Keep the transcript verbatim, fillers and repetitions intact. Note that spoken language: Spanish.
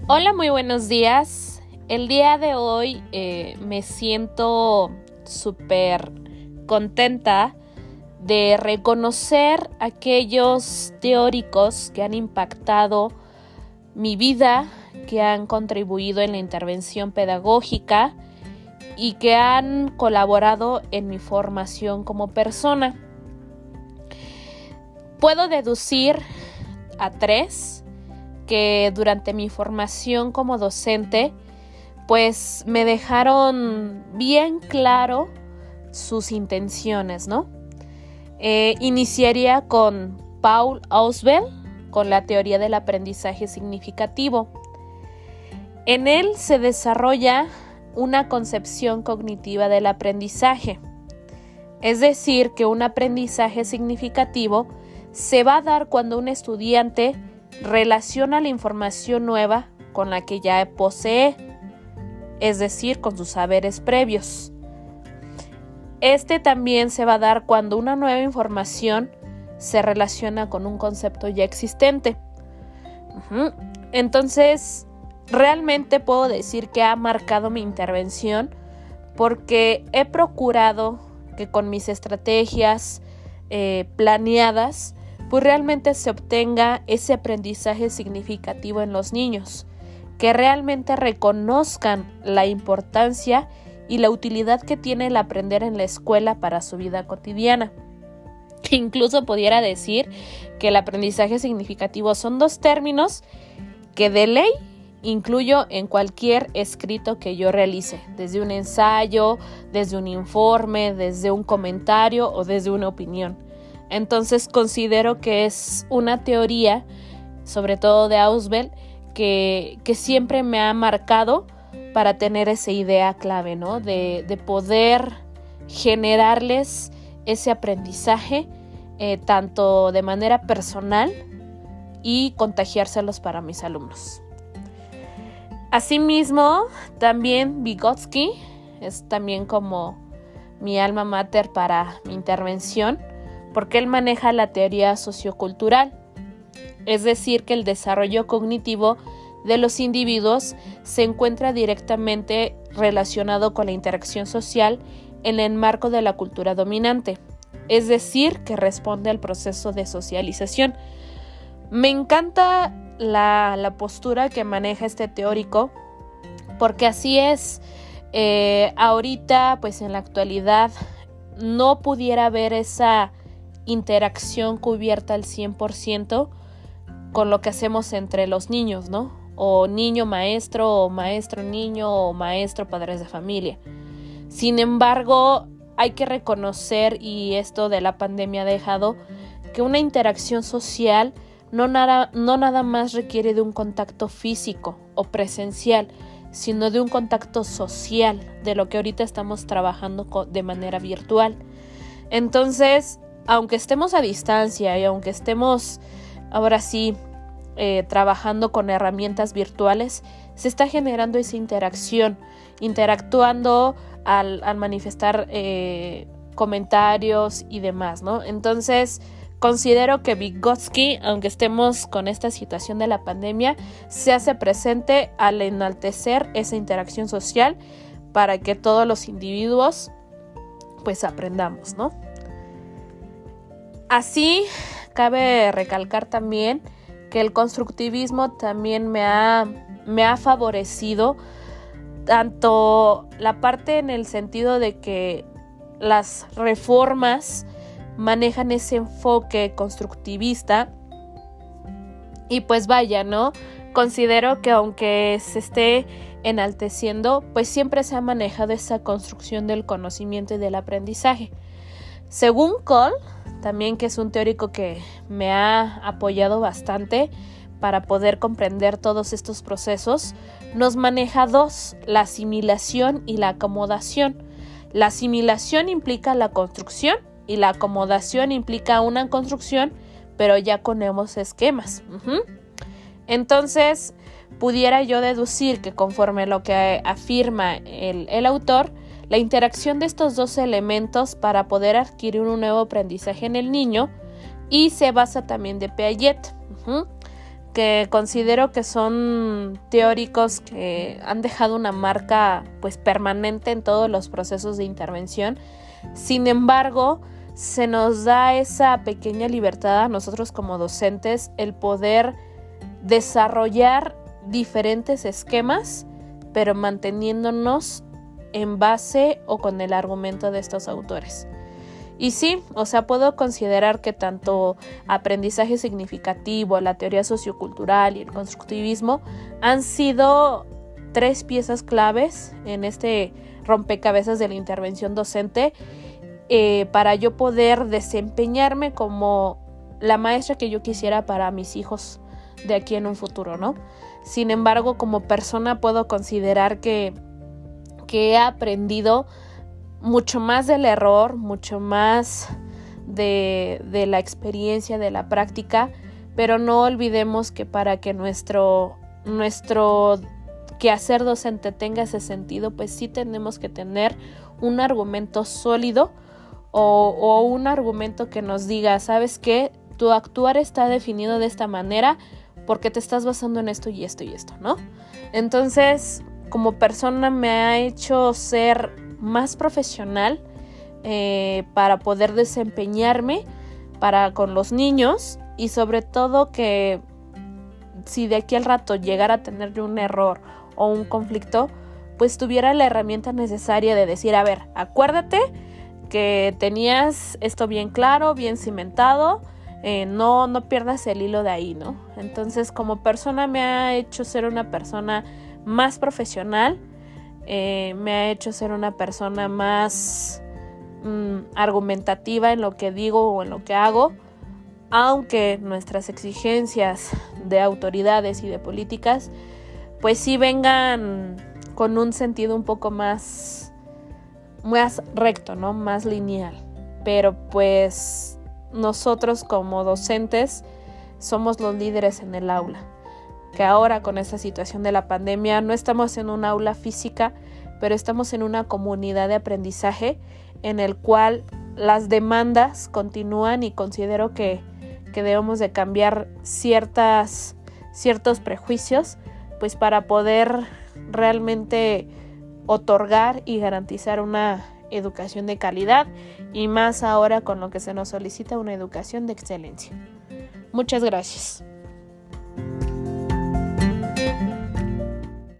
Hola, muy buenos días. El día de hoy eh, me siento súper contenta de reconocer aquellos teóricos que han impactado mi vida, que han contribuido en la intervención pedagógica y que han colaborado en mi formación como persona. Puedo deducir a tres que durante mi formación como docente, pues me dejaron bien claro sus intenciones, ¿no? Eh, iniciaría con Paul Ausubel, con la teoría del aprendizaje significativo. En él se desarrolla una concepción cognitiva del aprendizaje, es decir, que un aprendizaje significativo se va a dar cuando un estudiante relaciona la información nueva con la que ya posee, es decir, con sus saberes previos. Este también se va a dar cuando una nueva información se relaciona con un concepto ya existente. Uh-huh. Entonces, realmente puedo decir que ha marcado mi intervención porque he procurado que con mis estrategias eh, planeadas pues realmente se obtenga ese aprendizaje significativo en los niños, que realmente reconozcan la importancia y la utilidad que tiene el aprender en la escuela para su vida cotidiana. Incluso pudiera decir que el aprendizaje significativo son dos términos que de ley incluyo en cualquier escrito que yo realice, desde un ensayo, desde un informe, desde un comentario o desde una opinión. Entonces considero que es una teoría, sobre todo de Ausubel, que, que siempre me ha marcado para tener esa idea clave, ¿no? De, de poder generarles ese aprendizaje eh, tanto de manera personal y contagiárselos para mis alumnos. Asimismo, también Vygotsky es también como mi alma mater para mi intervención, porque él maneja la teoría sociocultural, es decir, que el desarrollo cognitivo de los individuos se encuentra directamente relacionado con la interacción social en el marco de la cultura dominante, es decir, que responde al proceso de socialización. Me encanta la, la postura que maneja este teórico, porque así es. Eh, ahorita, pues en la actualidad, no pudiera haber esa interacción cubierta al cien por ciento con lo que hacemos entre los niños, ¿no? O niño maestro, o maestro niño, o maestro padres de familia. Sin embargo, hay que reconocer, y esto de la pandemia ha dejado, que una interacción social no nada, no nada más requiere de un contacto físico o presencial, sino de un contacto social, de lo que ahorita estamos trabajando de manera virtual. Entonces, aunque estemos a distancia y aunque estemos ahora sí eh, trabajando con herramientas virtuales, se está generando esa interacción, interactuando al, al manifestar eh, comentarios y demás, ¿no? Entonces, considero que Vygotsky, aunque estemos con esta situación de la pandemia, se hace presente al enaltecer esa interacción social para que todos los individuos pues aprendamos, ¿no? Así, cabe recalcar también que el constructivismo también me ha, me ha favorecido tanto la parte en el sentido de que las reformas manejan ese enfoque constructivista y pues vaya, ¿no? Considero que aunque se esté enalteciendo, pues siempre se ha manejado esa construcción del conocimiento y del aprendizaje. Según Cole, también que es un teórico que me ha apoyado bastante para poder comprender todos estos procesos, nos maneja dos, la asimilación y la acomodación. La asimilación implica la construcción y la acomodación implica una construcción, pero ya con nuevos esquemas. Uh-huh. Entonces, pudiera yo deducir que conforme a lo que afirma el, el autor, la interacción de estos dos elementos para poder adquirir un nuevo aprendizaje en el niño y se basa también de Piaget. Uh-huh. que considero que son teóricos que han dejado una marca pues permanente en todos los procesos de intervención. Sin embargo, se nos da esa pequeña libertad a nosotros como docentes, el poder desarrollar diferentes esquemas, pero manteniéndonos en base o con el argumento de estos autores. Y sí, o sea, puedo considerar que tanto aprendizaje significativo, la teoría sociocultural y el constructivismo han sido tres piezas claves en este rompecabezas de la intervención docente eh, para yo poder desempeñarme como la maestra que yo quisiera para mis hijos de aquí en un futuro, ¿no? Sin embargo, como persona puedo considerar que, que he aprendido mucho más del error, mucho más de, de la experiencia, de la práctica, pero no olvidemos que para que nuestro, nuestro quehacer docente tenga ese sentido, pues sí tenemos que tener un argumento sólido o, o un argumento que nos diga, ¿sabes qué? Tu actuar está definido de esta manera porque te estás basando en esto y esto y esto, ¿no? Entonces, como persona me ha hecho ser más profesional eh, para poder desempeñarme para con los niños, y sobre todo que si de aquí al rato llegara a tener yo un error o un conflicto, pues tuviera la herramienta necesaria de decir, a ver, acuérdate que tenías esto bien claro, bien cimentado, eh, no, no pierdas el hilo de ahí, ¿no? Entonces, como persona me ha hecho ser una persona más profesional, eh, me ha hecho ser una persona más mmm, argumentativa en lo que digo o en lo que hago, aunque nuestras exigencias de autoridades y de políticas pues sí vengan con un sentido un poco más, más recto, ¿no? Más lineal. Pero pues nosotros como docentes somos los líderes en el aula, que ahora con esta situación de la pandemia no estamos en un aula física, pero estamos en una comunidad de aprendizaje en el cual las demandas continúan, y considero que, que debemos de cambiar ciertas, ciertos prejuicios pues para poder realmente otorgar y garantizar una educación de calidad, y más ahora con lo que se nos solicita, una educación de excelencia. Muchas gracias.